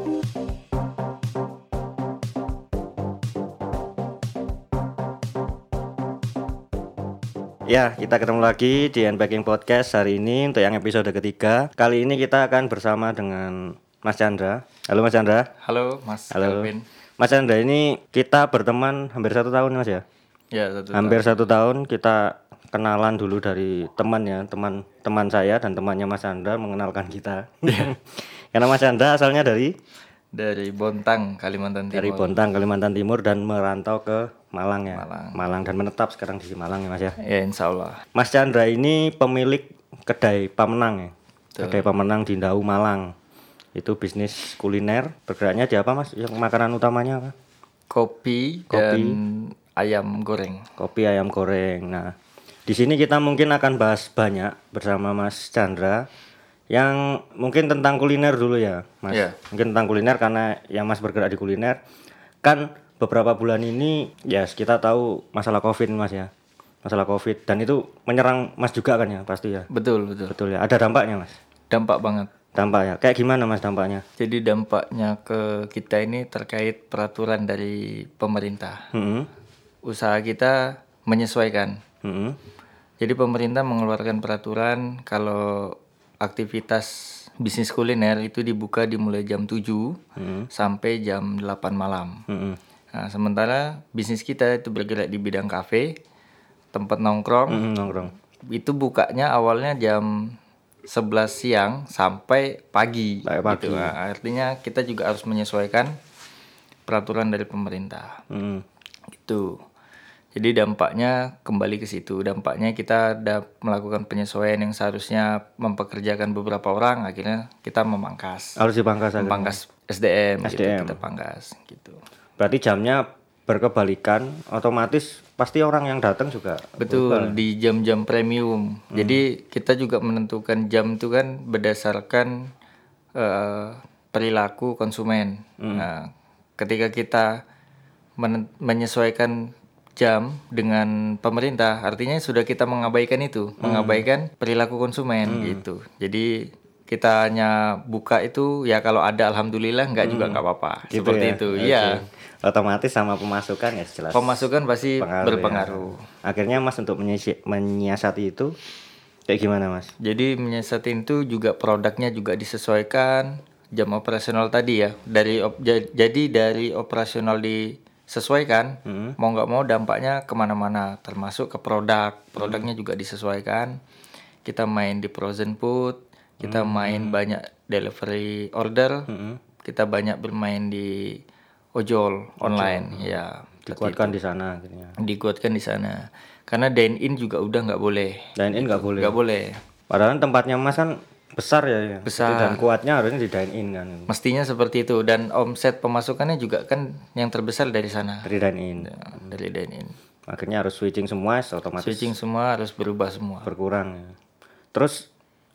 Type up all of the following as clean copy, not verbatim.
Ya, kita ketemu lagi di Unpacking Podcast hari ini untuk yang episode ketiga. Kali ini kita akan bersama dengan Mas Chandra. Halo Mas Chandra. Halo Mas Halo. Calvin. Mas Chandra, ini kita berteman hampir 1 tahun Mas ya? Ya, Hampir 1 tahun kita kenalan dulu dari teman ya, teman saya dan temannya Mas Chandra mengenalkan kita. Karena Mas Chandra asalnya dari Bontang, Kalimantan Timur. Dari Bontang, Kalimantan Timur dan merantau ke Malang ya. Malang dan menetap sekarang di Malang ya Mas ya. Ya, insya Allah. Mas Chandra ini pemilik kedai Pamenang ya. Kedai Pamenang di Ndau Malang. Itu bisnis kuliner. Bergeraknya di apa Mas? Yang makanan utamanya apa? Kopi dan ayam goreng. Kopi ayam goreng. Nah, di sini kita mungkin akan bahas banyak bersama Mas Chandra yang mungkin tentang kuliner dulu ya, Mas. Yeah. Mungkin tentang kuliner karena yang Mas bergerak di kuliner. Kan beberapa bulan ini ya kita tahu masalah Covid Mas ya. Masalah Covid dan itu menyerang Mas juga kan ya pasti ya. Betul. Betul ya. Ada dampaknya Mas. Dampak banget. Dampak ya. Kayak gimana Mas dampaknya? Jadi dampaknya ke kita ini terkait peraturan dari pemerintah. Usaha kita menyesuaikan. Jadi pemerintah mengeluarkan peraturan kalau aktivitas bisnis kuliner itu dibuka dimulai jam 7 sampai jam 8 malam. Nah, sementara bisnis kita itu bergerak di bidang kafe, tempat nongkrong. Itu bukanya awalnya jam 11 siang sampai pagi. Gitu. Nah, artinya kita juga harus menyesuaikan peraturan dari pemerintah. Gitu. Jadi dampaknya kembali ke situ. Dampaknya kita melakukan penyesuaian yang seharusnya mempekerjakan beberapa orang, akhirnya kita memangkas. Harus dipangkas. Memangkas SDM. Gitu, kita pangkas gitu. Berarti jamnya berkebalikan, otomatis pasti orang yang datang juga. Betul, di jam-jam premium. Jadi kita juga menentukan jam itu kan berdasarkan perilaku konsumen. Nah, ketika kita menyesuaikan jam dengan pemerintah, artinya sudah kita mengabaikan itu, mengabaikan perilaku konsumen gitu. Jadi kita hanya buka itu ya kalau ada alhamdulillah, enggak juga enggak apa-apa. Gitu seperti ya? Itu. Iya. Otomatis sama pemasukan ya jelas. Pemasukan pasti berpengaruh. Ya. Akhirnya Mas untuk menyiasati itu kayak gimana Mas? Jadi menyiasati itu juga produknya juga disesuaikan, jam operasional tadi ya. Jadi dari operasional disesuaikan, mau nggak mau dampaknya kemana-mana, termasuk ke produknya juga disesuaikan. Kita main di frozen food, kita main banyak delivery order, kita banyak bermain di ojol online ya. Dikuatkan di sana akhirnya. Dikuatkan di sana. Karena dine in juga udah nggak boleh. Dine in nggak boleh. Nggak boleh. Padahal tempatnya Mas kan besar ya. Besar. Dan kuatnya harusnya di dine in kan. Mestinya seperti itu, dan omset pemasukannya juga kan yang terbesar dari sana. Dari dine in. Ya, dari dine in. Akhirnya harus switching semua, otomatis. Switching semua harus berubah semua. Berkurang ya. Terus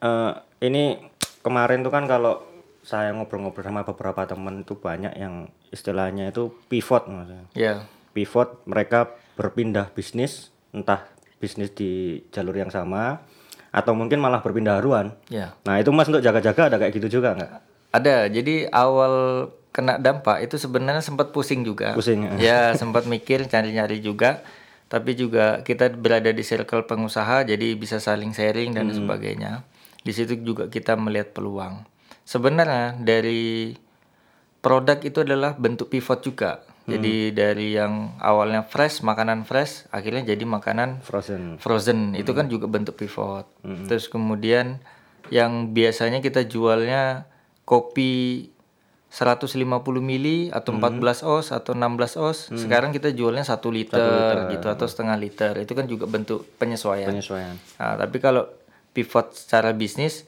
ini kemarin tuh kan kalau saya ngobrol-ngobrol sama beberapa teman itu banyak yang istilahnya itu pivot maksudnya. Ya. Pivot, mereka berpindah bisnis, entah bisnis di jalur yang sama atau mungkin malah berpindah haruan. Ya. Nah, itu Mas untuk jaga-jaga ada kayak gitu juga enggak? Ada. Jadi awal kena dampak itu sebenarnya sempat pusing juga. Ya, sempat mikir, cari-cari juga. Tapi juga kita berada di circle pengusaha, jadi bisa saling sharing dan sebagainya. Di situ juga kita melihat peluang. Sebenarnya dari produk itu adalah bentuk pivot juga. Jadi dari yang awalnya fresh, makanan fresh, akhirnya jadi makanan frozen. Itu kan juga bentuk pivot. Terus kemudian yang biasanya kita jualnya kopi 150 mili atau 14 oz atau 16 oz, sekarang kita jualnya 1 liter gitu atau setengah liter. Itu kan juga bentuk penyesuaian. Nah, tapi kalau pivot secara bisnis,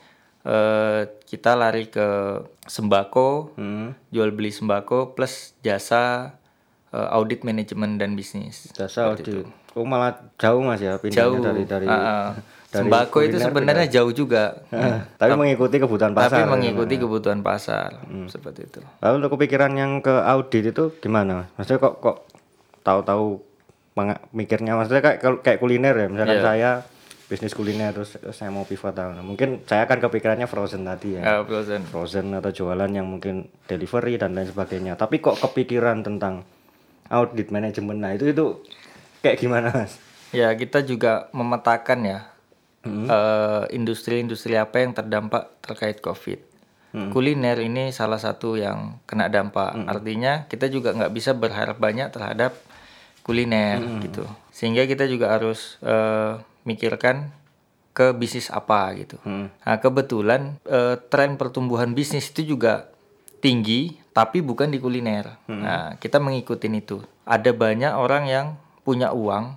kita lari ke sembako, jual beli sembako plus jasa audit manajemen dan bisnis. Jasa audit. Itu. Oh, malah jauh Mas ya pindahnya dari sembako itu sebenarnya jauh juga. Tapi mengikuti kebutuhan pasar. Kebutuhan pasar. Seperti itu. Lalu untuk kepikiran yang ke audit itu gimana? Maksudnya kok tahu-tahu mikirnya, maksudnya kayak kuliner ya. Misalkan saya bisnis kuliner terus saya mau pivot. Mungkin saya akan kepikirannya frozen tadi ya. Frozen atau jualan yang mungkin delivery dan lain sebagainya. Tapi kok kepikiran tentang audit manajemen. Nah, itu kayak gimana, Mas? Ya, kita juga memetakan ya. Industri-industri apa yang terdampak terkait COVID. Kuliner ini salah satu yang kena dampak. Artinya kita juga nggak bisa berharap banyak terhadap kuliner gitu. Sehingga kita juga harus mikirkan ke bisnis apa gitu. Nah, kebetulan tren pertumbuhan bisnis itu juga tinggi, tapi bukan di kuliner. Nah, kita ngikutin itu. Ada banyak orang yang punya uang.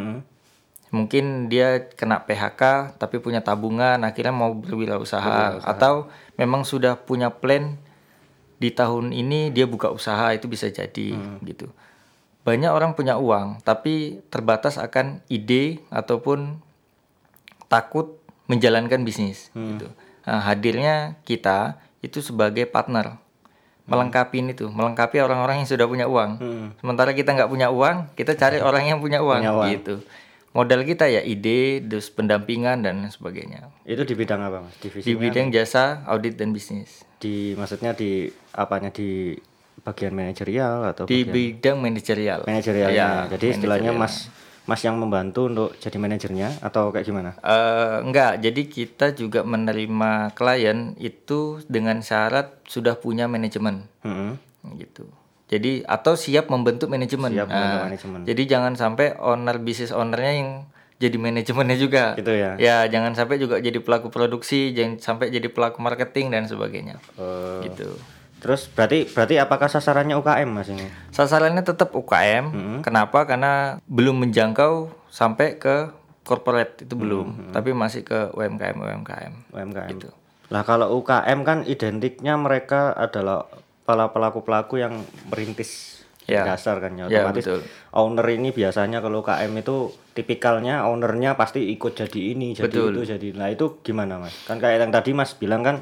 Mungkin dia kena PHK tapi punya tabungan, akhirnya mau berwirausaha. Atau memang sudah punya plan di tahun ini dia buka usaha, itu bisa jadi gitu. Banyak orang punya uang tapi terbatas akan ide ataupun takut menjalankan bisnis gitu. Nah, hadirnya kita itu sebagai partner melengkapi orang-orang yang sudah punya uang. Sementara kita nggak punya uang, kita cari orang yang punya uang gitu. Modal kita ya ide, terus pendampingan dan sebagainya. Itu di bidang apa, Mas? Divisinya? Di bidang jasa, audit dan bisnis. Maksudnya di apanya, di bagian manajerial atau di bidang manajerial. Ya, jadi istilahnya Mas yang membantu untuk jadi manajernya atau kayak gimana? Enggak, jadi kita juga menerima klien itu dengan syarat sudah punya manajemen. Gitu. Jadi atau siap membentuk manajemen. Jadi jangan sampai bisnis ownernya yang jadi manajemennya juga. Gitu ya. Ya, jangan sampai juga jadi pelaku produksi, jangan sampai jadi pelaku marketing dan sebagainya. Gitu. Terus berarti apakah sasarannya UKM, Mas ini? Sasarannya tetap UKM. Kenapa? Karena belum menjangkau sampai ke corporate, itu belum. Tapi masih ke UMKM. Gitu. Lah kalau UKM kan identiknya mereka adalah para pelaku-pelaku yang merintis dasar kan ya. Otomatis owner ini biasanya kalau UKM itu tipikalnya ownernya pasti ikut jadi ini, jadi itu, jadi. Nah, itu gimana, Mas? Kan kayak yang tadi Mas bilang kan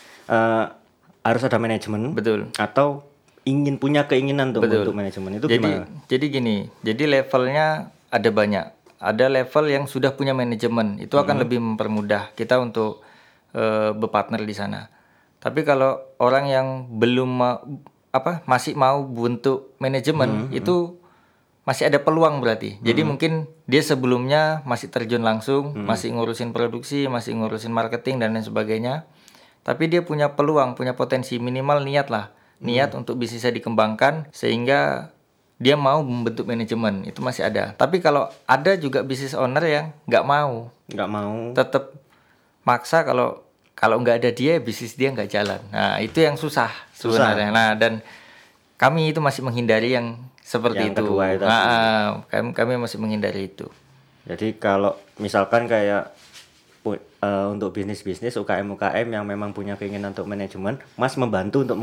harus ada manajemen. Atau punya keinginan untuk bentuk manajemen. Itu gimana? Jadi gini, jadi levelnya ada banyak. Ada level yang sudah punya manajemen, itu akan lebih mempermudah kita untuk berpartner di sana. Tapi kalau orang yang belum masih mau bentuk manajemen, itu masih ada peluang berarti. Jadi mungkin dia sebelumnya masih terjun langsung, masih ngurusin produksi, masih ngurusin marketing dan lain sebagainya. Tapi dia punya peluang, punya potensi, minimal niat untuk bisnisnya dikembangkan sehingga dia mau membentuk manajemen, itu masih ada. Tapi kalau ada juga business owner yang nggak mau, tetap maksa kalau nggak ada dia, bisnis dia nggak jalan. Nah, itu yang susah sebenarnya. Nah, dan kami itu masih menghindari yang seperti itu. Kami masih menghindari itu. Jadi kalau misalkan kayak untuk bisnis UKM yang memang punya keinginan untuk manajemen, Mas membantu untuk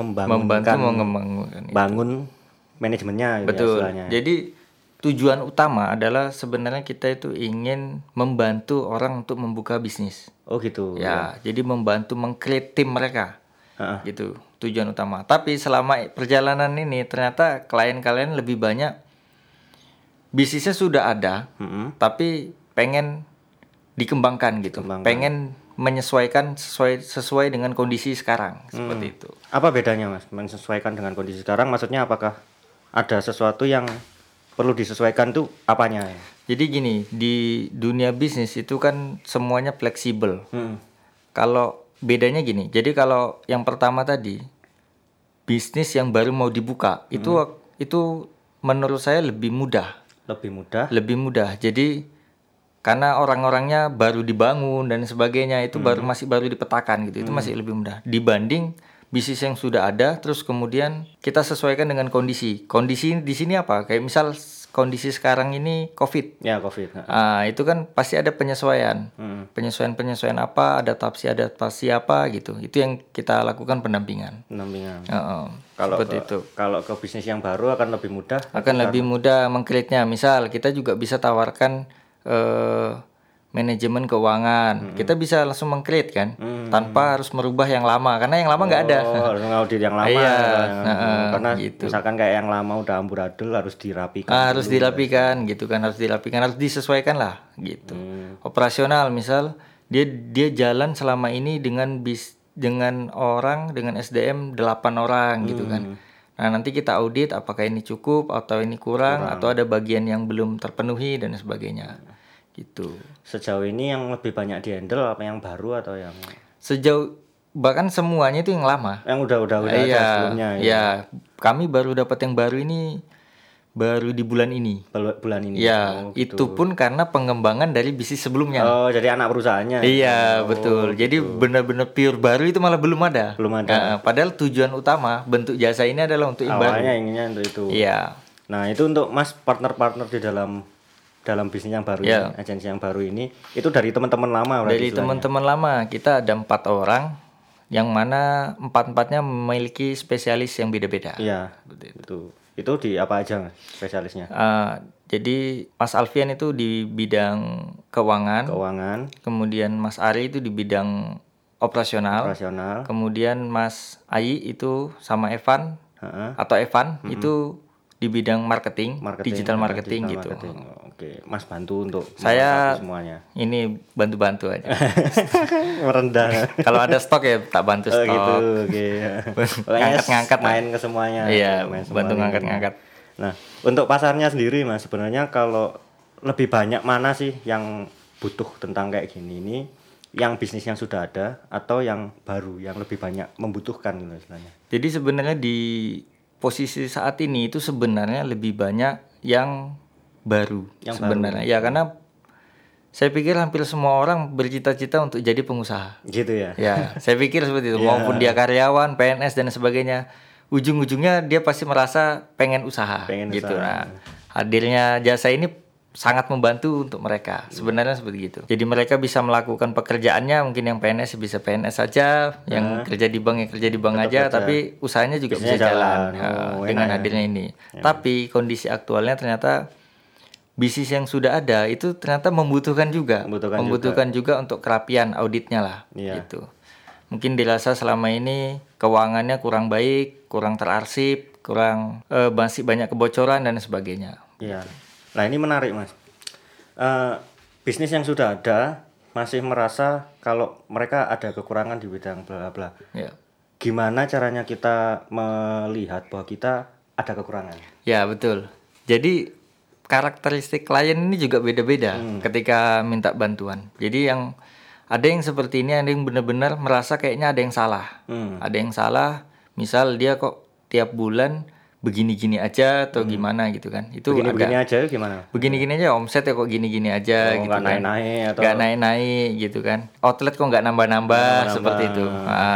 bangun manajemennya. Betul. Jadi tujuan utama adalah sebenarnya kita itu ingin membantu orang untuk membuka bisnis. Oh gitu. Ya, jadi membantu meng-create tim mereka. Gitu, tujuan utama. Tapi selama perjalanan ini ternyata klien-klien lebih banyak bisnisnya sudah ada, tapi pengen dikembangkan gitu. Pengen menyesuaikan sesuai dengan kondisi sekarang, seperti itu. Apa bedanya, Mas? Menyesuaikan dengan kondisi sekarang maksudnya apakah ada sesuatu yang perlu disesuaikan tuh apanya? Jadi gini, di dunia bisnis itu kan semuanya fleksibel. Kalau bedanya gini, jadi kalau yang pertama tadi bisnis yang baru mau dibuka itu menurut saya lebih mudah. Lebih mudah. Jadi karena orang-orangnya baru dibangun dan sebagainya, itu masih baru dipetakan gitu. Itu masih lebih mudah dibanding bisnis yang sudah ada, terus kemudian kita sesuaikan dengan kondisi. Kondisi di sini apa? Kayak misal kondisi sekarang ini COVID. Ya, COVID. Itu kan pasti ada penyesuaian. Penyesuaian apa, adaptasi apa gitu. Itu yang kita lakukan pendampingan. Kalau ke bisnis yang baru akan lebih mudah. Lebih mudah meng-create-nya. Misal kita juga bisa tawarkan manajemen keuangan. Kita bisa langsung meng-create kan, tanpa harus merubah yang lama, karena yang lama nggak ada. Harus ngaudit yang lama. Iya, karena gitu. Misalkan kayak yang lama udah amburadul harus dirapikan. Harus dirapikan gitu kan, harus disesuaikan lah gitu. Operasional misal dia jalan selama ini dengan orang dengan SDM 8 orang gitu kan. Nah, nanti kita audit apakah ini cukup atau ini kurang atau ada bagian yang belum terpenuhi dan sebagainya. Gitu. Sejauh ini yang lebih banyak dihandle apa yang baru atau yang bahkan semuanya itu yang lama. Yang udah ada sebelumnya ya. Ya, kami baru dapat yang baru ini baru di bulan ini. Bulan ini. Ya, gitu. Itu pun karena pengembangan dari bisnis sebelumnya. Oh, jadi anak perusahaannya. Iya, betul. Gitu. Jadi benar-benar pure baru itu malah belum ada. Padahal tujuan utama bentuk jasa ini adalah untuk yang baru. Awalnya inginnya untuk itu. Iya. Nah, itu untuk Mas partner-partner di dalam bisnis yang baru ini, agensi yang baru ini, itu dari teman-teman lama berarti. Dari teman-teman lama. Kita ada 4 orang yang mana 4-4-nya memiliki spesialis yang beda-beda. Iya, betul. Itu di apa aja spesialisnya? Jadi Mas Alfian itu di bidang keuangan. Kemudian Mas Ari itu di bidang operasional. Kemudian Mas Ayi itu sama Evan atau Evan itu di bidang marketing, digital marketing gitu. Oke, Mas bantu untuk saya semuanya. Ini bantu-bantu aja. Merendah. Kalau ada stok ya tak bantu stok. Gitu, oke. Ngangkat-ngangkat main ke semuanya. Iya, bantu ngangkat-ngangkat. Nah, untuk pasarnya sendiri Mas, sebenarnya kalau lebih banyak mana sih yang butuh tentang kayak gini ini? Yang bisnis yang sudah ada atau yang baru yang lebih banyak membutuhkan gitu sebenarnya. Jadi sebenarnya di posisi saat ini itu sebenarnya lebih banyak yang baru sebenarnya. Ya, karena saya pikir hampir semua orang bercita-cita untuk jadi pengusaha. Gitu ya. Ya, saya pikir seperti itu. Maupun dia karyawan, PNS dan sebagainya, ujung-ujungnya dia pasti merasa pengen usaha. Gitu. Nah, hadirnya jasa ini sangat membantu untuk mereka. Sebenarnya seperti itu. Jadi mereka bisa melakukan pekerjaannya, mungkin yang PNS bisa PNS saja, yang kerja di bank ya kerja di bank aja, tapi usahanya juga bisa jalan dengan hadirnya ini. Tapi kondisi aktualnya ternyata bisnis yang sudah ada itu ternyata membutuhkan juga untuk kerapian auditnya lah, gitu. Mungkin dirasa selama ini keuangannya kurang baik, kurang terarsip, masih banyak kebocoran dan sebagainya. Iya. Nah, ini menarik Mas. Bisnis yang sudah ada masih merasa kalau mereka ada kekurangan di bidang bla bla. Ya. Gimana caranya kita melihat bahwa kita ada kekurangan? Ya, betul. Jadi karakteristik klien ini juga beda-beda ketika minta bantuan. Jadi yang ada yang seperti ini, ada yang benar-benar merasa kayaknya ada yang salah. Ada yang salah, misal dia kok tiap bulan begini-gini aja atau gimana gitu kan. Itu begini-begini aja gimana? Begini-gini aja, omset ya kok gini-gini aja gitu kan. Naik-naik atau nggak naik-naik gitu kan. Outlet kok nggak nambah-nambah seperti itu.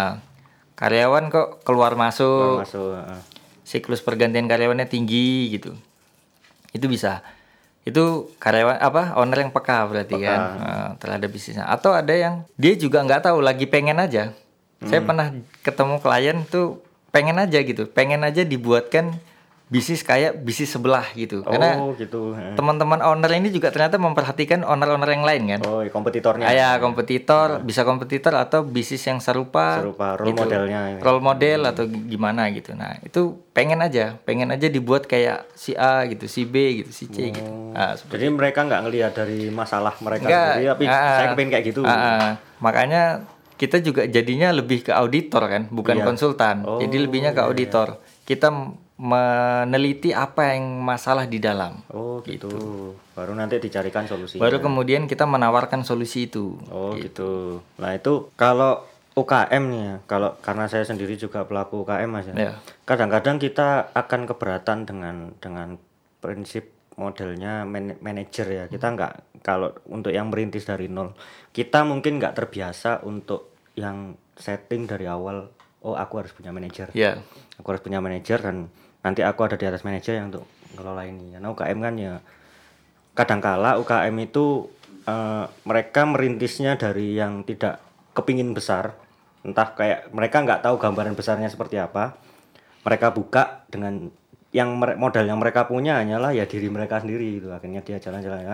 Karyawan kok keluar masuk. Siklus pergantian karyawannya tinggi gitu. Itu bisa. Itu karyawan owner yang peka berarti kan terhadap bisnisnya. Atau ada yang dia juga nggak tahu, lagi pengen aja. Saya pernah ketemu klien tuh pengen aja dibuatkan bisnis kayak bisnis sebelah gitu. Karena teman-teman owner ini juga ternyata memperhatikan owner-owner yang lain kan. Kompetitornya. Kompetitor, bisa kompetitor atau bisnis yang serupa role gitu. modelnya. Role model atau gimana gitu. Nah, itu pengen aja dibuat kayak si A gitu, si B gitu, si C gitu. Jadi mereka nggak ngelihat dari masalah mereka sendiri, tapi saya pengen kayak gitu. Makanya kita juga jadinya lebih ke auditor kan, bukan konsultan. Jadi lebihnya ke auditor. Kita meneliti apa yang masalah di dalam. Gitu. Baru nanti dicarikan solusinya. Baru kemudian kita menawarkan solusi itu. Gitu. Nah, itu kalau UKM nih ya, karena saya sendiri juga pelaku UKM Mas ya. Kadang-kadang kita akan keberatan dengan prinsip modelnya manajer ya. Kita nggak, kalau untuk yang merintis dari nol, kita mungkin nggak terbiasa untuk yang setting dari awal. Aku harus punya manajer. Aku harus punya manajer dan nanti aku ada di atas manajer yang untuk ngelola ini. Karena UKM kan ya kadangkala UKM itu mereka merintisnya dari yang tidak kepingin besar. Entah kayak mereka nggak tahu gambaran besarnya seperti apa. Mereka buka dengan yang modal yang mereka punya hanyalah ya diri mereka sendiri gitu. Akhirnya dia jalan-jalan ya.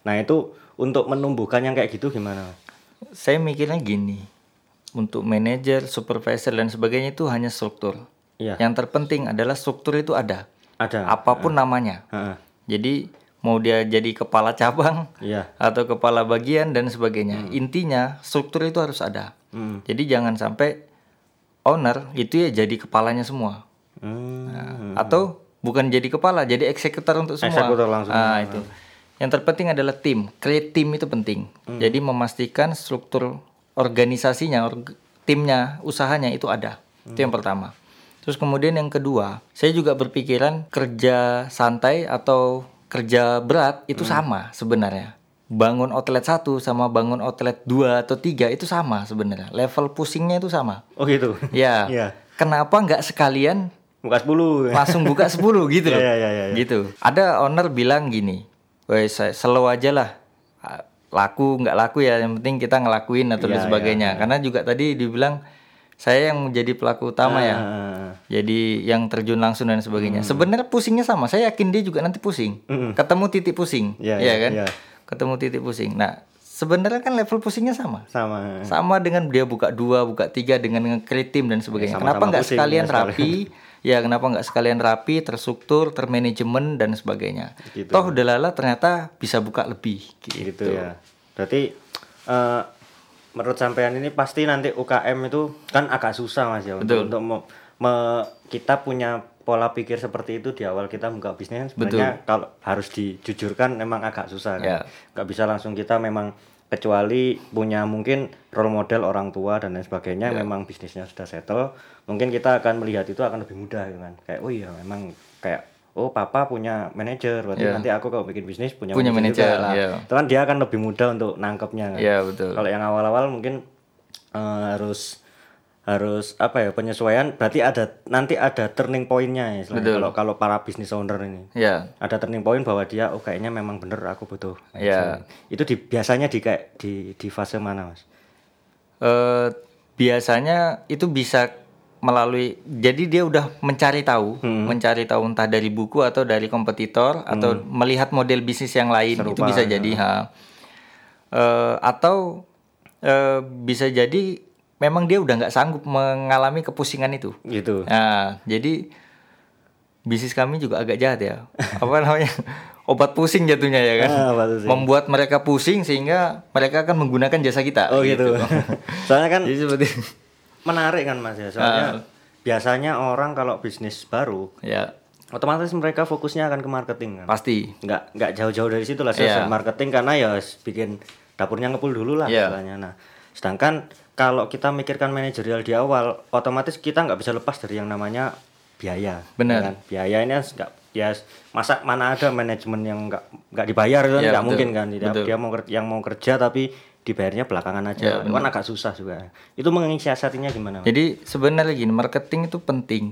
Nah itu untuk menumbuhkan yang kayak gitu gimana? Saya mikirnya gini, untuk manajer, supervisor dan sebagainya itu hanya struktur. Iya. Yang terpenting adalah struktur itu ada. Apapun namanya. Jadi mau dia jadi kepala cabang atau kepala bagian dan sebagainya. Intinya struktur itu harus ada. Jadi jangan sampai owner itu ya jadi kepalanya semua. Nah, atau bukan jadi kepala, jadi eksekutor untuk semua. Eksekutor langsung. Itu. Yang terpenting adalah tim. Create tim itu penting. Jadi memastikan struktur organisasinya, timnya, usahanya itu ada. Itu yang pertama. Terus kemudian yang kedua, saya juga berpikiran kerja santai atau kerja berat itu sama sebenarnya. Bangun outlet 1 sama bangun outlet 2 atau 3 itu sama sebenarnya. Level pusingnya itu sama. Oh gitu? Ya. Kenapa nggak sekalian buka 10? Langsung buka 10 gitu loh. Gitu. Ada owner bilang gini, wes slow aja lah. Laku nggak laku ya, yang penting kita ngelakuin atau sebagainya. Karena juga tadi dibilang saya yang menjadi pelaku utama ya. Jadi yang terjun langsung dan sebagainya. Sebenarnya pusingnya sama. Saya yakin dia juga nanti pusing. Ketemu titik pusing. Kan? Ketemu titik pusing. Nah, sebenarnya kan level pusingnya sama. Sama dengan dia buka 2, buka 3 dengan nge-create tim dan sebagainya. Kenapa enggak sekalian rapi? Ya, kenapa enggak sekalian rapi, terstruktur, termanajemen dan sebagainya. Gitu. Toh delala ternyata bisa buka lebih gitu ya. Berarti menurut sampean ini pasti nanti UKM itu kan agak susah Mas ya. Betul. Untuk kita punya pola pikir seperti itu di awal kita buka bisnis sebenarnya kalau harus dijujurkan memang agak susah kan. Nggak bisa langsung kita memang, kecuali punya mungkin role model orang tua dan lain sebagainya, memang bisnisnya sudah settle, mungkin kita akan melihat itu akan lebih mudah kan. Kayak oh iya memang kayak papa punya manajer, berarti nanti aku kalau bikin bisnis punya manajer lah. Itu kan dia akan lebih mudah untuk nangkepnya kan. Betul. Kalau yang awal-awal mungkin harus penyesuaian, berarti nanti ada turning point-nya ya. Kalau para business owner ini. Ada turning point bahwa dia kayaknya memang bener aku butuh. Itu biasanya di fase mana, Mas? Biasanya itu bisa melalui, jadi dia udah mencari tahu entah dari buku atau dari kompetitor atau melihat model bisnis yang lain. Serupa, itu bisa jadi atau bisa jadi memang dia udah nggak sanggup mengalami kepusingan itu. Gitu. Nah, jadi bisnis kami juga agak jahat ya. Apa namanya? Obat pusing jatuhnya ya kan. Membuat mereka pusing sehingga mereka akan menggunakan jasa kita. Oh gitu. Soalnya kan jadi seperti menarik kan Mas ya. Soalnya biasanya orang kalau bisnis baru otomatis mereka fokusnya akan ke marketing kan. Pasti. Nggak jauh-jauh dari situ lah selesai marketing, karena ya bikin dapurnya ngepul dulu lah misalnya. Nah, sedangkan kalau kita mikirkan manajerial di awal, otomatis kita nggak bisa lepas dari yang namanya biaya. Benar. Kan? Biaya ini nggak, ya masa mana ada manajemen yang nggak dibayar kan, nggak mungkin kan. Dia mau kerja tapi dibayarnya belakangan aja. Itu kan agak susah juga. Itu mensiasatinya gimana? Jadi sebenarnya gini, marketing itu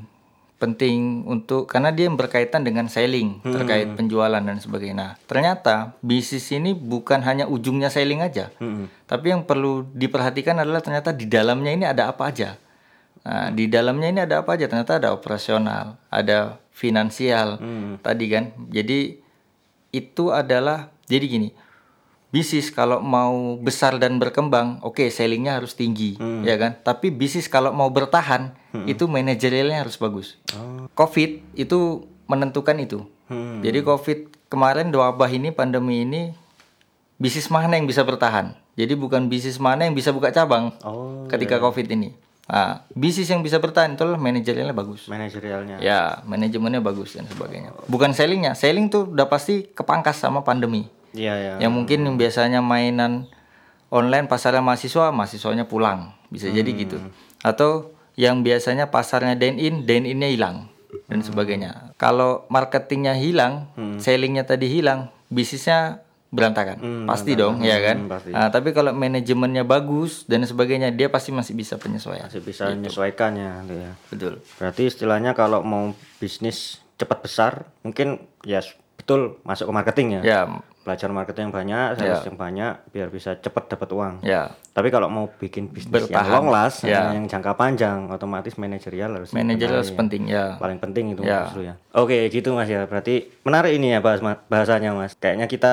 penting untuk, karena dia berkaitan dengan selling, terkait penjualan dan sebagainya. Nah, ternyata bisnis ini bukan hanya ujungnya selling aja, tapi yang perlu diperhatikan adalah ternyata di dalamnya ini ada apa aja. Nah, di dalamnya ini ada apa aja? Ternyata ada operasional, ada finansial, tadi kan. Jadi itu adalah, jadi gini, bisnis kalau mau besar dan berkembang, sellingnya harus tinggi, ya kan. Tapi bisnis kalau mau bertahan, itu manajerialnya harus bagus. COVID itu menentukan itu. Jadi COVID kemarin, wabah ini, pandemi ini, bisnis mana yang bisa bertahan. Jadi bukan bisnis mana yang bisa buka cabang ketika COVID ini. Nah, bisnis yang bisa bertahan itu adalah manajerialnya bagus. Manajerialnya. Ya, manajemennya bagus dan sebagainya. Bukan sellingnya. Selling tuh udah pasti kepangkas sama pandemi. Yang mungkin yang biasanya mainan online pasarnya mahasiswanya pulang, bisa jadi gitu. Atau yang biasanya pasarnya dine-innya hilang dan sebagainya. Kalau marketingnya hilang, sellingnya tadi hilang, bisnisnya berantakan. Pasti dong, ya kan? Nah, tapi kalau manajemennya bagus dan sebagainya, dia pasti masih bisa penyesuaian. Masih bisa menyesuaikannya, ya. Betul. Berarti istilahnya kalau mau bisnis cepat besar, mungkin ya betul masuk ke marketing ya. Ya. Belajar marketing yang banyak, sales yang banyak, biar bisa cepat dapat uang. Ya. Tapi kalau mau bikin bisnis yang long last, yang jangka panjang, otomatis manajerial harus penting ya. Paling penting itu justru ya. Oke, gitu Mas ya. Berarti menarik ini ya bahasanya Mas. Kayaknya kita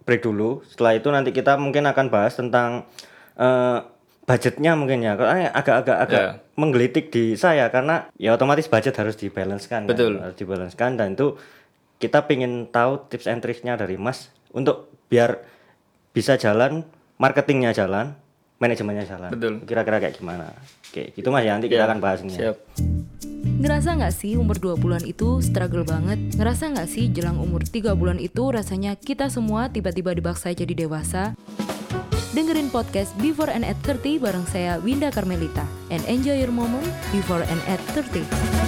break dulu. Setelah itu nanti kita mungkin akan bahas tentang budgetnya mungkin ya. Karena agak menggelitik di saya karena ya otomatis budget harus dibalancekan. Betul. Kan? Harus dibalancekan, dan itu kita pengen tahu tips and tricksnya dari Mas untuk biar bisa jalan, marketingnya jalan, manajemennya jalan. Betul. Kira-kira kayak gimana? Oke, gitu Mas ya, nanti kita akan bahas ini. Siap. Ngerasa gak sih umur 20-an itu struggle banget? Ngerasa gak sih jelang umur 3 bulan itu rasanya kita semua tiba-tiba dibaksa jadi dewasa? Dengerin podcast Before and at 30 bareng saya Winda Carmelita, and enjoy your moment before and at 30.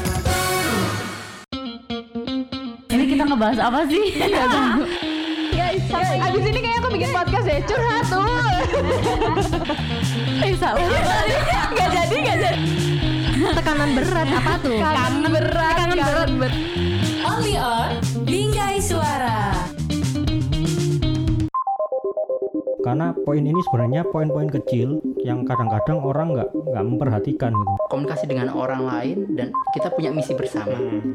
Ini kita ngebahas apa sih? Guys, abis ini kayak aku bikin podcast deh, curhat tuh. Salah. Gak jadi. Tekanan berat apa tuh? Kangen berat. Only on Bingkai Suara. Karena poin ini sebenarnya poin-poin kecil yang kadang-kadang orang nggak memperhatikan gitu. Komunikasi dengan orang lain dan kita punya misi bersama.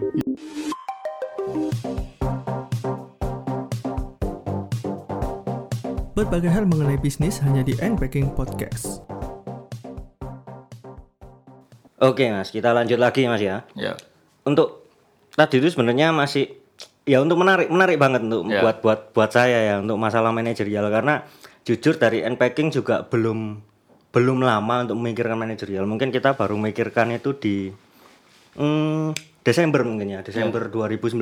Berbagai hal mengenai bisnis hanya di Unpacking Podcast. Oke Mas, kita lanjut lagi Mas ya. Ya. Untuk tadi itu sebenarnya masih ya untuk menarik banget untuk buat saya ya untuk masalah manajerial, karena jujur dari Unpacking juga belum lama untuk memikirkan manajerial. Mungkin kita baru memikirkan itu di Desember mungkin ya, Desember 2019.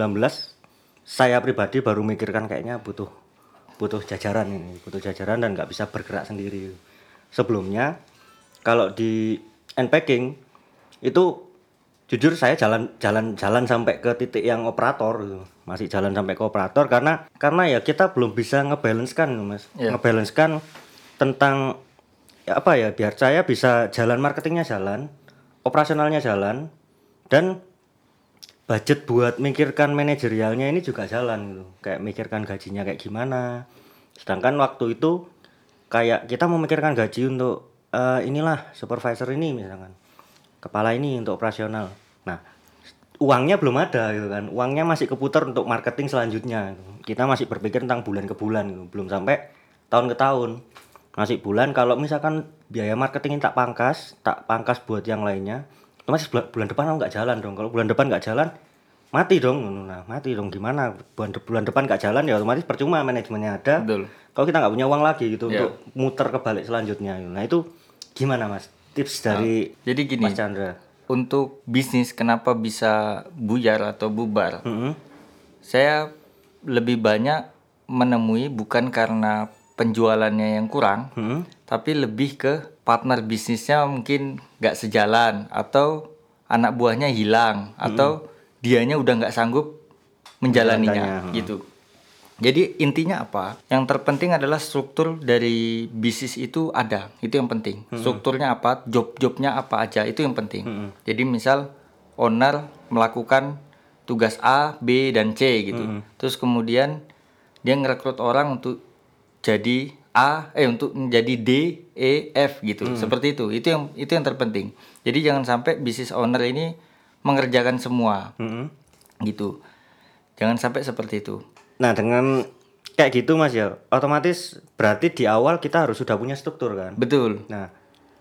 Saya pribadi baru memikirkan kayaknya butuh jajaran dan nggak bisa bergerak sendiri. Sebelumnya kalau di Unpacking itu jujur saya jalan sampai ke titik yang operator gitu. Masih jalan sampai ke operator karena ya kita belum bisa ngebalancekan Mas. Ngebalancekan tentang ya apa ya, biar saya bisa jalan, marketingnya jalan, operasionalnya jalan, dan budget buat mikirkan manajerialnya ini juga jalan gitu. Kayak mikirkan gajinya kayak gimana. Sedangkan waktu itu kayak kita memikirkan gaji untuk inilah supervisor ini misalkan, kepala ini untuk operasional. Nah, uangnya belum ada gitu kan. Uangnya masih keputar untuk marketing selanjutnya. Kita masih berpikir tentang bulan ke bulan gitu. Belum sampai tahun ke tahun. Masih bulan, kalau misalkan biaya marketing ini tak pangkas buat yang lainnya, otomatis bulan depan nggak jalan dong. Kalau bulan depan nggak jalan, mati dong. Nah, mati dong gimana? Bulan depan nggak jalan ya otomatis percuma manajemennya ada. Betul. Kalau kita nggak punya uang lagi gitu untuk muter ke balik selanjutnya. Nah, itu gimana Mas? Tips dari jadi gini, Mas Chandra. Untuk bisnis kenapa bisa buyar atau bubar? Saya lebih banyak menemui bukan karena penjualannya yang kurang, tapi lebih ke partner bisnisnya mungkin nggak sejalan, atau anak buahnya hilang, atau dianya udah nggak sanggup menjalaninya gitu. Jadi intinya apa? Yang terpenting adalah struktur dari bisnis itu ada, itu yang penting. Strukturnya apa, job-jobnya apa aja, itu yang penting. Jadi misal owner melakukan tugas A, B, dan C gitu. Terus kemudian dia ngerekrut orang untuk jadi untuk menjadi D, E, F gitu. Seperti itu. Itu yang terpenting. Jadi jangan sampai bisnis owner ini mengerjakan semua. Gitu. Jangan sampai seperti itu. Nah, dengan kayak gitu Mas ya, otomatis berarti di awal kita harus sudah punya struktur kan? Betul. Nah,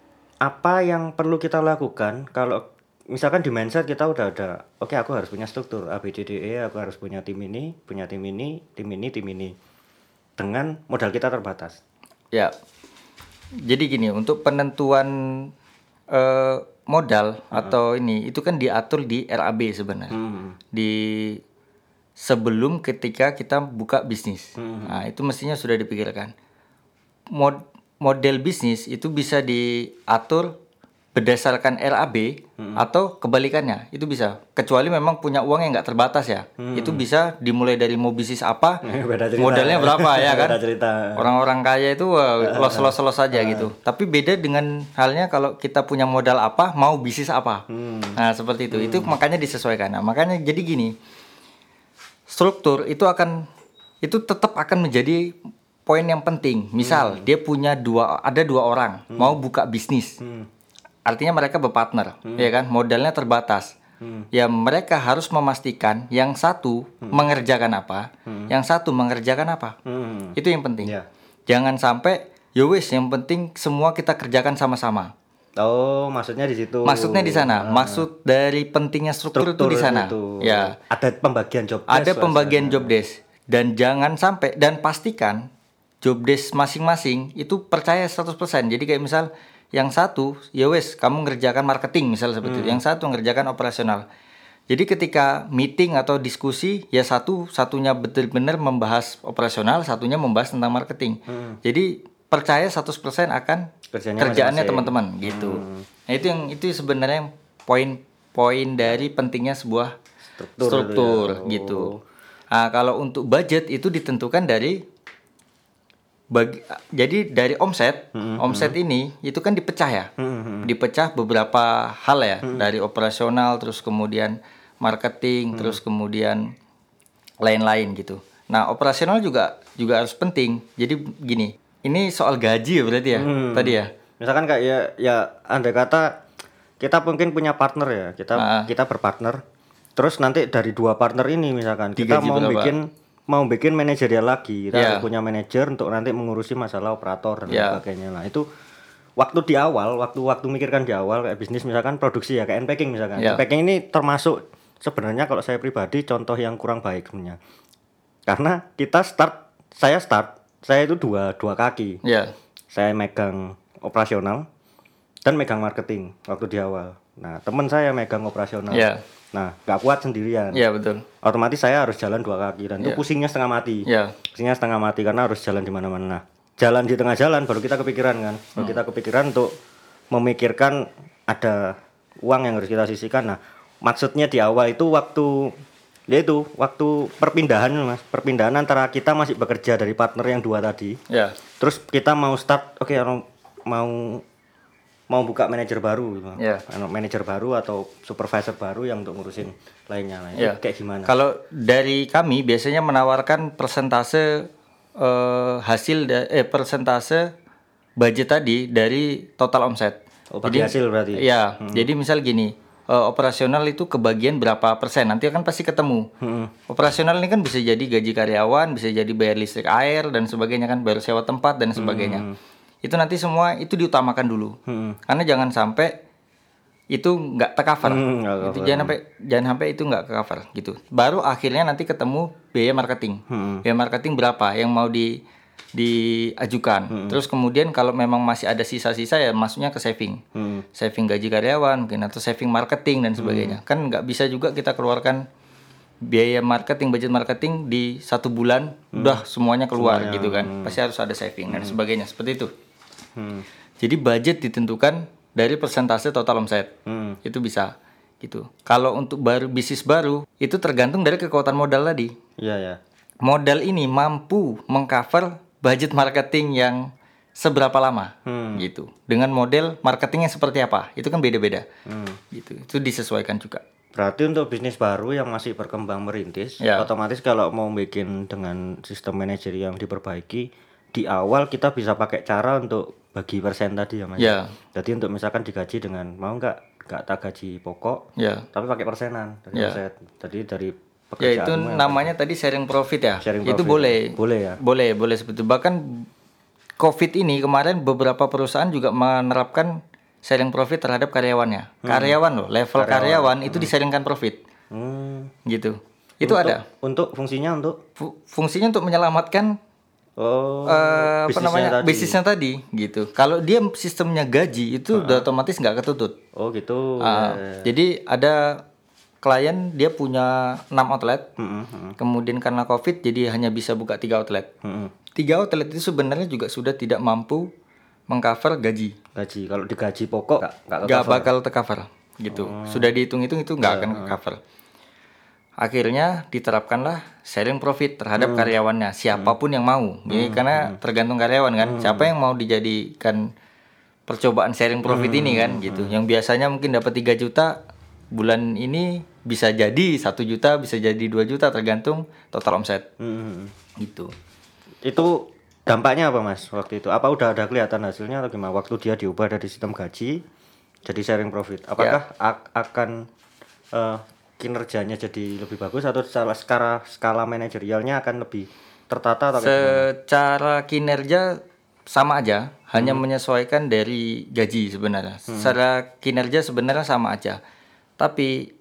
apa yang perlu kita lakukan kalau misalkan di mindset kita udah ada, oke, aku harus punya struktur A, B, C, D, E, aku harus punya tim ini, tim ini. Dengan modal kita terbatas. Ya. Jadi gini, untuk penentuan modal atau ini itu kan diatur di RAB sebenarnya. Di sebelum ketika kita buka bisnis. Nah, itu mestinya sudah dipikirkan. Model bisnis itu bisa diatur berdasarkan RAB atau kebalikannya, itu bisa. Kecuali memang punya uang yang nggak terbatas ya. Itu bisa dimulai dari mau bisnis apa, modalnya berapa ya kan. Orang-orang kaya itu los aja gitu. Tapi beda dengan halnya kalau kita punya modal apa, mau bisnis apa. Nah seperti itu. Itu makanya disesuaikan. Nah makanya jadi gini, struktur itu tetap akan menjadi poin yang penting. Misal dia punya ada dua orang mau buka bisnis. Artinya mereka berpartner, ya kan? Modalnya terbatas. Ya mereka harus memastikan yang satu mengerjakan apa, yang satu mengerjakan apa. Itu yang penting. Jangan sampai ya wis, yang penting semua kita kerjakan sama-sama. Oh, maksudnya di situ. Maksudnya di sana. Maksud dari pentingnya struktur itu di sana. Ya. Ada pembagian job desk. Ada pembagian job desk. Dan jangan sampai, dan pastikan job desk masing-masing itu percaya 100%. Jadi kayak misal yang satu, ya wes kamu ngerjakan marketing misal seperti itu. Yang satu ngerjakan operasional. Jadi ketika meeting atau diskusi, ya satunya benar-benar membahas operasional, satunya membahas tentang marketing. Jadi percaya 100% akan kerjaannya teman-teman gitu. Nah itu sebenarnya poin dari pentingnya sebuah struktur gitu. Nah, kalau untuk budget itu ditentukan dari jadi dari omset ini itu kan dipecah ya. Dipecah beberapa hal ya, dari operasional terus kemudian marketing terus kemudian lain-lain gitu. Nah, operasional juga harus penting. Jadi gini, ini soal gaji ya berarti ya tadi ya. Misalkan kayak ya andai kata kita mungkin punya partner ya, kita berpartner. Terus nanti dari 2 partner ini misalkan kita mau bikin manajerial lagi. Kita punya manajer untuk nanti mengurusi masalah operator dan sebagainya. Nah, itu waktu di awal, waktu mikirkan di awal kayak bisnis misalkan produksi ya, kayak packing misalkan. Packing ini termasuk sebenarnya kalau saya pribadi contoh yang kurang baik sebenarnya. Karena saya itu dua kaki. Saya megang operasional dan megang marketing waktu di awal. Nah, teman saya megang operasional. Nah, nggak kuat sendirian. Betul. Otomatis saya harus jalan 2 kaki dan itu pusingnya setengah mati. Pusingnya setengah mati karena harus jalan di mana-mana. Nah, jalan di tengah jalan baru kita kepikiran kan. Baru kita kepikiran untuk memikirkan ada uang yang harus kita sisihkan. Nah, maksudnya di awal itu waktu perpindahan Mas. Perpindahan antara kita masih bekerja dari partner yang 2 tadi. Terus kita mau start mau buka manajer baru gitu. Manajer baru atau supervisor baru yang untuk ngurusin lainnya. Nah, itu kayak gimana? Kalau dari kami biasanya menawarkan persentase persentase budget tadi dari total omset. Bagi hasil berarti. Jadi misal gini, operasional itu kebagian berapa persen, nanti akan pasti ketemu. Operasional ini kan bisa jadi gaji karyawan, bisa jadi bayar listrik, air dan sebagainya kan, bayar sewa tempat dan sebagainya. Itu nanti semua itu diutamakan dulu. Karena jangan sampai itu nggak tercover. Itu jangan sampai itu nggak tercover gitu. Baru akhirnya nanti ketemu biaya marketing. Biaya marketing berapa yang mau diajukan. Terus kemudian kalau memang masih ada sisa-sisa ya masuknya ke saving. Saving gaji karyawan mungkin atau saving marketing dan sebagainya. Kan nggak bisa juga kita keluarkan biaya marketing, budget marketing di 1 bulan udah semuanya keluar gitu kan. Pasti harus ada saving dan sebagainya seperti itu. Jadi budget ditentukan dari persentase total omset. Itu bisa gitu. Kalau untuk bisnis baru itu tergantung dari kekuatan modal tadi. Modal ini mampu mengcover budget marketing yang seberapa lama gitu. Dengan model marketingnya seperti apa? Itu kan beda-beda. Gitu. Itu disesuaikan juga. Berarti untuk bisnis baru yang masih berkembang merintis, otomatis kalau mau bikin dengan sistem manajer yang diperbaiki, di awal kita bisa pakai cara untuk bagi persen tadi ya Mas. Jadi untuk misalkan digaji dengan mau nggak tak gaji pokok, tapi pakai persenan dari omset. Jadi dari pekerjaan. Itu namanya tadi sharing profit ya. Itu boleh ya. Boleh seperti itu. Bahkan COVID ini kemarin beberapa perusahaan juga menerapkan sharing profit terhadap karyawannya. Karyawan loh, level karyawan itu disaringkan profit. Gitu. Itu ada. Untuk fungsinya untuk menyelamatkan bisnisnya tadi gitu. Kalau dia sistemnya gaji itu udah otomatis nggak ketutut. Gitu. Jadi ada klien dia punya 6 outlet. Kemudian karena COVID jadi hanya bisa buka 3 outlet. 3 outlet itu sebenarnya juga sudah tidak mampu mengcover gaji. Kalau digaji pokok nggak bakal tercover gitu. Sudah dihitung-hitung itu nggak akan cover. Akhirnya diterapkanlah sharing profit terhadap karyawannya, siapapun yang mau. Jadi karena tergantung karyawan kan, siapa yang mau dijadikan percobaan sharing profit ini kan gitu. Yang biasanya mungkin dapat 3 juta, bulan ini bisa jadi 1 juta, bisa jadi 2 juta tergantung total omset. Gitu. Itu dampaknya apa Mas waktu itu? Apa udah ada kelihatan hasilnya atau gimana? Waktu dia diubah dari sistem gaji jadi sharing profit, apakah akan kinerjanya jadi lebih bagus atau skala manajerialnya akan lebih tertata atau secara kinerja sama aja, hanya menyesuaikan dari gaji sebenarnya. Secara kinerja sebenarnya sama aja. Tapi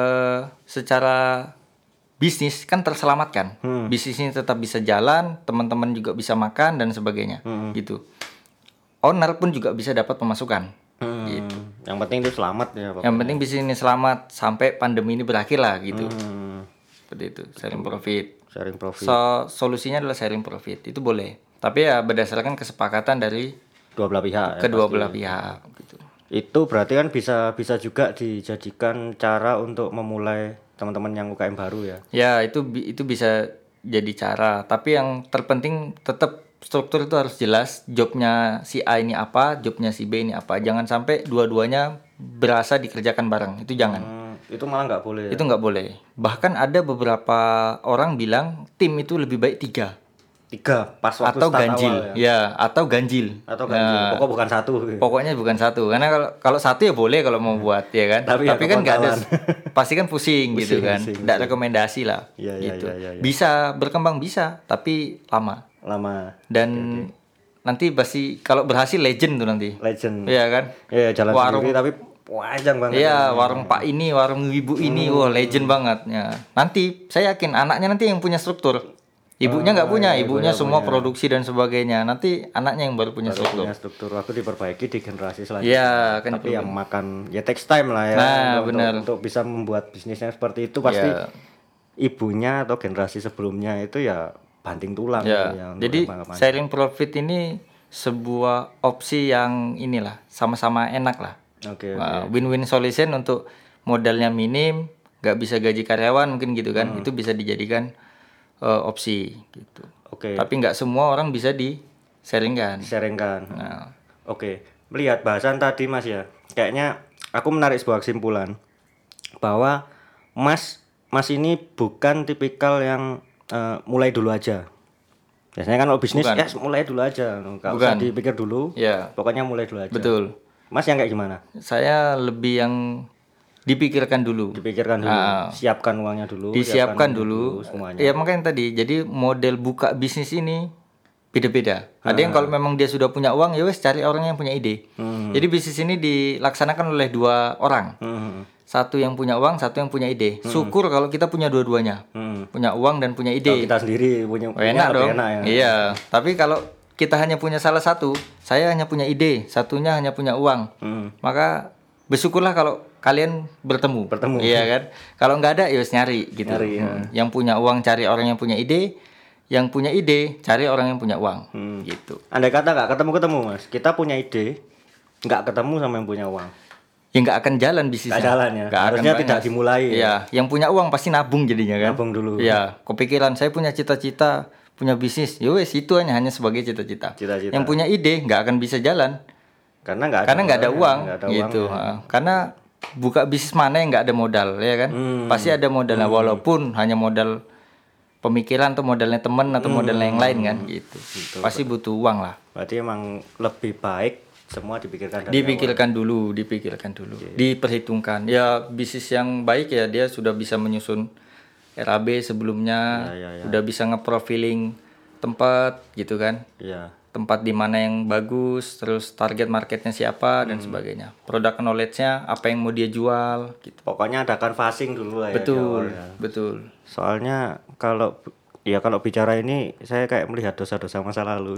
secara bisnis kan terselamatkan. Bisnis ini tetap bisa jalan, teman-teman juga bisa makan dan sebagainya, gitu. Owner pun juga bisa dapat pemasukan. Gitu. Yang penting itu selamat ya. Pokoknya. Yang penting bisnis ini selamat sampai pandemi ini berakhir lah gitu. Seperti itu, sharing profit. Sharing profit. Solusinya adalah sharing profit. Itu boleh. Tapi ya berdasarkan kesepakatan dari kedua belah pihak gitu. Itu berarti kan bisa juga dijadikan cara untuk memulai teman-teman yang UKM baru ya. Ya, itu bisa jadi cara, tapi yang terpenting tetap struktur itu harus jelas, jobnya si A ini apa, jobnya si B ini apa. Jangan sampai dua-duanya berasa dikerjakan bareng. Itu jangan. Itu malah nggak boleh. Itu nggak boleh. Bahkan ada beberapa orang bilang tim itu lebih baik 3 pas waktu atau start ganjil awal ya. Atau ganjil. Nah, pokoknya bukan satu. Karena kalau satu ya boleh kalau mau buat ya kan. Tapi kan nggak ada, pasti kan pusing gitu kan. Nggak rekomendasi lah. Gitu. Ya. Bisa berkembang bisa, tapi lama. Dan nanti pasti kalau berhasil legend tuh nanti. Iya kan. Iya, jalan warung sendiri tapi panjang banget. Iya, warung Pak ini, warung Ibu ini, wah legend banget ya. Nanti saya yakin anaknya nanti yang punya struktur. Ibunya nggak punya, ibunya semua produksi dan sebagainya. Nanti anaknya yang baru punya struktur. Waktu diperbaiki di generasi selanjutnya. Iya, kan. Tapi yang makan ya takes time lah ya. Nah, benar. Untuk bisa membuat bisnisnya seperti itu pasti ibunya atau generasi sebelumnya itu ya banting tulang. Ya. Jadi sharing profit ini sebuah opsi yang inilah sama-sama enak lah. Oke. Win-win solution untuk modalnya minim, nggak bisa gaji karyawan mungkin gitu kan. Itu bisa dijadikan opsi gitu. Tapi nggak semua orang bisa di-sharingkan. Nah. Melihat bahasan tadi Mas ya, kayaknya aku menarik sebuah kesimpulan bahwa Mas ini bukan tipikal yang mulai dulu aja. Biasanya kan kalau bisnis mulai dulu aja, nggak usah dipikir dulu. Pokoknya mulai dulu aja. Betul. Mas yang kayak gimana? Saya lebih yang dipikirkan dulu. Siapkan uangnya dulu. Disiapkan dulu semuanya. Ya makanya tadi, jadi model buka bisnis ini beda-beda. Ada yang kalau memang dia sudah punya uang, ya wes cari orang yang punya ide. Jadi bisnis ini dilaksanakan oleh 2 orang. Satu yang punya uang, satu yang punya ide. Syukur kalau kita punya dua-duanya. Punya uang dan punya ide. Kalau kita sendiri punya enak dong. Enak ya. Iya, tapi kalau kita hanya punya salah satu, saya hanya punya ide, satunya hanya punya uang. Maka bersyukurlah kalau kalian bertemu. Iya kan? Kalau nggak ada ya nyari gitu. Yang punya uang cari orang yang punya ide, yang punya ide cari orang yang punya uang. Gitu. Andai kata nggak ketemu Mas, kita punya ide, nggak ketemu sama yang punya uang, ya nggak akan jalan bisnisnya. Nggak jalan ya. Harusnya tidak dimulai. Ya, yang punya uang pasti nabung jadinya kan. Nabung dulu. Ya, kepikiran saya punya cita-cita punya bisnis, ya wes itu hanya sebagai cita-cita. Yang punya ide nggak akan bisa jalan. Karena nggak ada uang gitu. Karena buka bisnis mana yang nggak ada modal ya kan? Pasti ada modalnya walaupun hanya modal pemikiran atau modalnya teman atau modalnya yang lain kan gitu. Pasti butuh uang lah. Berarti emang lebih baik semua dipikirkan dulu. Diperhitungkan. Ya bisnis yang baik ya dia sudah bisa menyusun RAB sebelumnya, udah bisa ngeprofiling tempat gitu kan. Tempat di mana yang bagus, terus target marketnya siapa dan sebagainya. Product knowledge-nya apa yang mau dia jual gitu. Pokoknya ada canvassing dulu lah ya. Betul. Soalnya kalau bicara ini saya kayak melihat dosa-dosa masa lalu.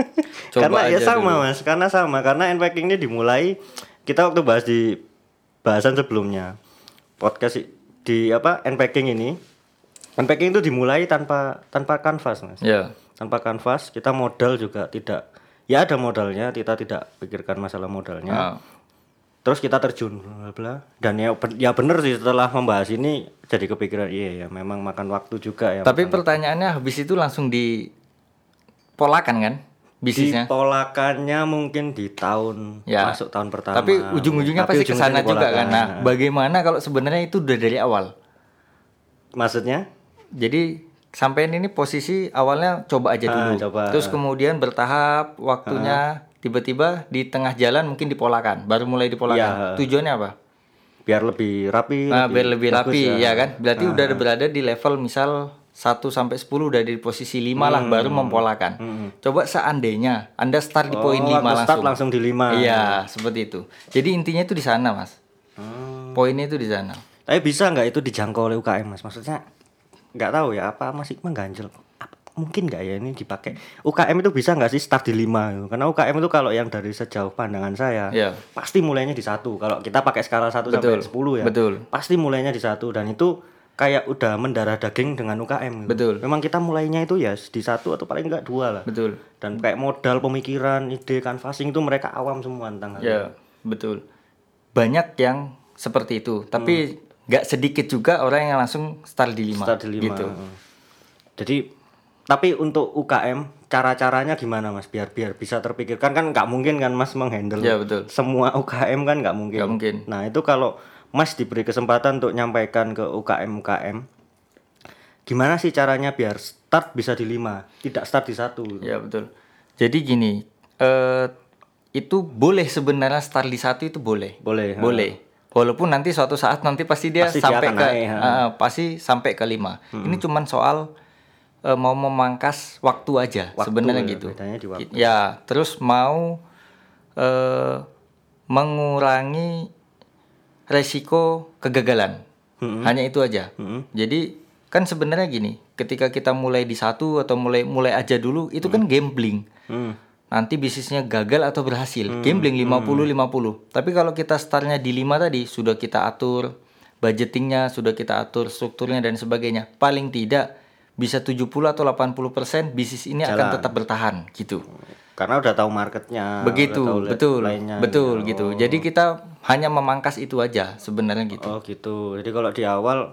Coba karena aja sama dulu. Mas, karena unpacking ini dimulai kita waktu bahas di bahasan sebelumnya. Podcast di unpacking ini. Unpacking itu dimulai tanpa canvas Mas. Tanpa kanvas, kita modal juga tidak. Ya ada modalnya, kita tidak pikirkan masalah modalnya. Terus kita terjun bla. Dan ya benar sih setelah membahas ini jadi kepikiran ya memang makan waktu juga ya. Tapi pertanyaannya habis itu langsung dipolakan kan bisnisnya? Dipolakannya mungkin di tahun masuk tahun pertama. Tapi ujung-ujungnya pasti kesana juga kan. Nah, bagaimana kalau sebenarnya itu udah dari awal? Maksudnya? Jadi sampein ini posisi awalnya coba aja dulu. Terus kemudian bertahap waktunya tiba-tiba di tengah jalan mungkin dipolakan, baru mulai dipolakan. Tujuannya apa? biar lebih rapi. Biar lebih rapi ya kan. Berarti udah berada di level misal 1 sampai 10 udah di posisi 5 lah baru mempolakan. Coba seandainya Anda start di poin 5 langsung. Start langsung di 5. Iya, seperti itu. Jadi intinya itu di sana, Mas. Poinnya itu di sana. Tapi bisa nggak itu dijangkau oleh UKM, Mas? Maksudnya nggak tahu ya, apa Mas Hikmah ganjel. Mungkin nggak ya ini dipakai UKM itu bisa nggak sih start di 5 gitu? Karena UKM itu kalau yang dari sejauh pandangan saya pasti mulainya di 1. Kalau kita pakai skala 1 sampai 10 ya, pasti mulainya di 1 dan itu kayak udah mendarah daging dengan UKM gitu. Memang kita mulainya itu ya di 1 atau paling enggak 2 lah. Dan kayak modal pemikiran, ide, canvassing itu mereka awam semua tentang hal itu. Betul. Banyak yang seperti itu, tapi nggak sedikit juga orang yang langsung start di 5. Gitu. Jadi tapi untuk UKM cara-caranya gimana Mas biar bisa terpikirkan, kan nggak mungkin kan Mas menghandle semua UKM kan nggak mungkin. Nah itu kalau Mas diberi kesempatan untuk nyampaikan ke UKM gimana sih caranya biar start bisa di 5 tidak start di 1 gitu. Ya betul. Jadi gini, itu boleh sebenarnya start di 1 itu boleh. Walaupun nanti suatu saat nanti pasti dia pasti sampai ke 5. Ini cuman soal mau memangkas waktu aja sebenarnya gitu. Di waktu. Ya, terus mau mengurangi resiko kegagalan. Hanya itu aja. Jadi kan sebenarnya gini, ketika kita mulai di 1 atau mulai aja dulu itu kan gambling. Nanti bisnisnya gagal atau berhasil. Gambling 50-50. Tapi kalau kita startnya di 5 tadi, sudah kita atur budgetingnya, sudah kita atur strukturnya dan sebagainya. Paling tidak bisa 70 atau 80% bisnis ini akan tetap bertahan gitu. Karena udah tahu marketnya. Begitu, betul gitu. Jadi kita hanya memangkas itu aja sebenarnya gitu. Oh gitu. Jadi kalau di awal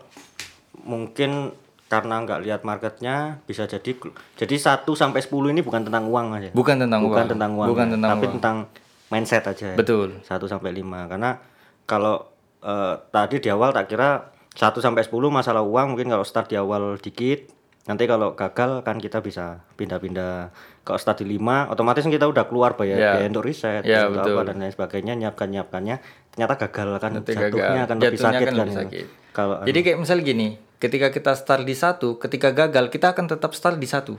mungkin karena nggak lihat marketnya bisa jadi 1 sampai 10 ini bukan tentang uang aja. Bukan tentang uang. Tapi tentang mindset aja. Betul. 1 sampai 5. Karena kalau tadi di awal tak kira 1 sampai 10 masalah uang, mungkin kalau start di awal dikit, nanti kalau gagal kan kita bisa pindah-pindah. Kalau start di 5 otomatis kita udah keluar biaya untuk riset untuk apa dan lain sebagainya, nyiapkannya ternyata gagal kan, jatuhnya akan lebih sakit kan. Kalau jadi kayak misal gini, ketika kita start di 1, ketika gagal kita akan tetap start di 1.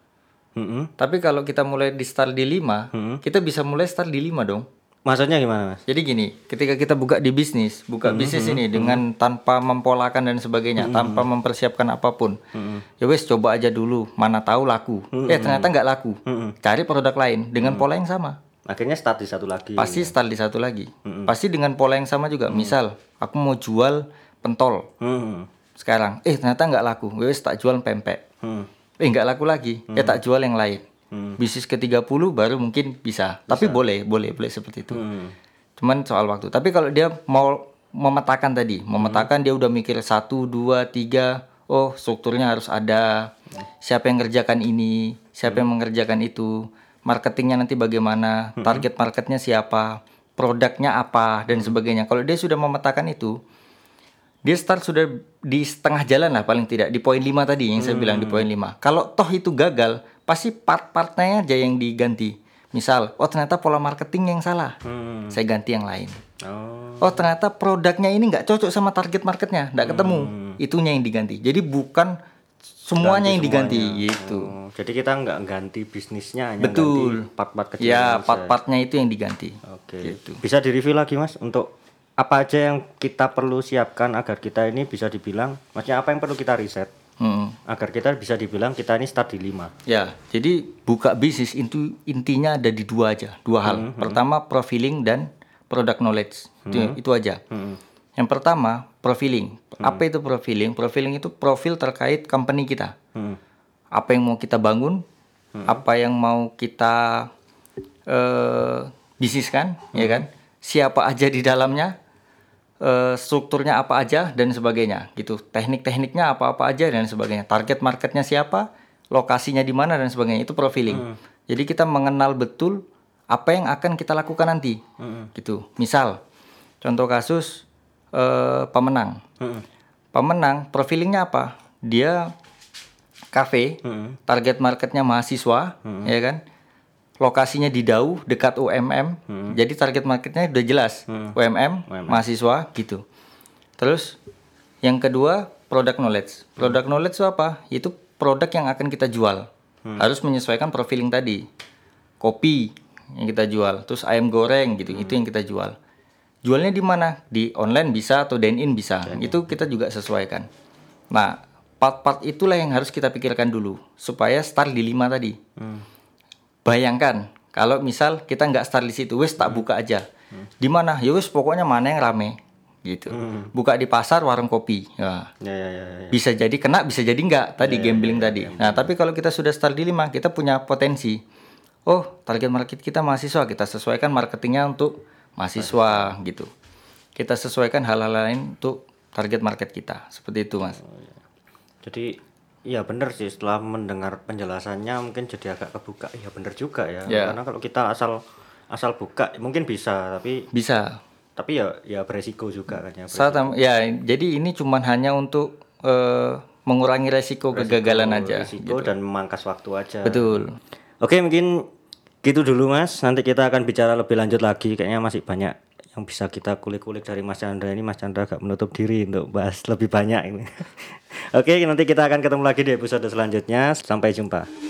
Tapi kalau kita mulai di start di 5, kita bisa mulai start di 5 dong. Maksudnya gimana Mas? Jadi gini, ketika kita buka bisnis ini dengan tanpa mempolakan dan sebagainya, tanpa mempersiapkan apapun, ya wes coba aja dulu, mana tahu laku. Ternyata nggak laku. Cari produk lain dengan pola yang sama. Akhirnya start di 1 lagi. Pasti start di 1 lagi. Pasti dengan pola yang sama juga. Misal, aku mau jual pentol. Sekarang, ternyata nggak laku. Wes tak jual pempek. Nggak laku lagi. Tak jual yang lain. Bisnis ke-30 baru mungkin bisa. Tapi boleh seperti itu. Cuman soal waktu. Tapi kalau dia mau memetakan dia udah mikir 1, 2, 3, strukturnya harus ada. Siapa yang ngerjakan ini, siapa yang mengerjakan itu, marketingnya nanti bagaimana, target marketnya siapa, produknya apa dan sebagainya. Kalau dia sudah memetakan itu, dia start sudah di setengah jalan lah paling tidak, di poin 5 tadi yang saya bilang di poin 5. Kalau toh itu gagal, pasti part-partnya aja yang diganti. Misal, ternyata pola marketing yang salah, saya ganti yang lain. Ternyata produknya ini nggak cocok sama target marketnya, nggak ketemu, itunya yang diganti. Jadi bukan semuanya yang diganti gitu. Jadi kita nggak ganti bisnisnya, hanya ganti part-part kecil. Ya, part-partnya itu yang diganti. Gitu. Bisa di-review lagi Mas untuk apa aja yang kita perlu siapkan agar kita ini bisa dibilang, maksudnya apa yang perlu kita riset agar kita bisa dibilang kita ini start di 5. Ya, jadi buka bisnis itu intinya ada di 2 aja, 2 hal. Pertama profiling dan product knowledge. Itu aja. Yang pertama profiling. Apa itu profiling? Profiling itu profil terkait company kita. Apa yang mau kita bangun, apa yang mau kita bisniskan, ya kan? Siapa aja di dalamnya, strukturnya apa aja dan sebagainya gitu, teknik-tekniknya apa-apa aja dan sebagainya, target marketnya siapa, lokasinya di mana dan sebagainya, itu profiling. Jadi kita mengenal betul apa yang akan kita lakukan nanti gitu. Misal contoh kasus pemenang profilingnya apa, dia kafe, target marketnya mahasiswa, ya kan, lokasinya di Dau dekat UMM. Jadi target marketnya udah jelas, UMM, mahasiswa gitu. Terus yang kedua product knowledge. Product knowledge itu apa? Itu produk yang akan kita jual. Harus menyesuaikan profiling tadi. Kopi yang kita jual, terus ayam goreng gitu, itu yang kita jual. Jualnya di mana? Di online bisa atau dine-in bisa. Itu kita juga sesuaikan. Nah, part-part itulah yang harus kita pikirkan dulu supaya start di 5 tadi. Bayangkan kalau misal kita nggak start di situ, wes tak buka aja. Di mana? Ya wes pokoknya mana yang rame gitu. Buka di pasar, warung kopi. Nah, bisa jadi kena, bisa jadi enggak tadi gambling tadi. Nah, tapi kalau kita sudah start di 5, kita punya potensi. Oh, target market kita mahasiswa, kita sesuaikan marketingnya untuk mahasiswa gitu. Kita sesuaikan hal-hal lain untuk target market kita. Seperti itu, Mas. Jadi iya benar sih, setelah mendengar penjelasannya mungkin jadi agak kebuka. Iya benar juga ya. Karena kalau kita asal buka mungkin bisa, tapi ya beresiko juga kan ya. Jadi ini cuman hanya untuk mengurangi resiko kegagalan aja gitu. Dan memangkas waktu aja. Betul. Oke, mungkin gitu dulu Mas. Nanti kita akan bicara lebih lanjut lagi. Kayaknya masih banyak yang bisa kita kulik-kulik dari Mas Chandra ini. Mas Chandra agak menutup diri untuk bahas lebih banyak ini. Oke, nanti kita akan ketemu lagi di episode selanjutnya. Sampai jumpa.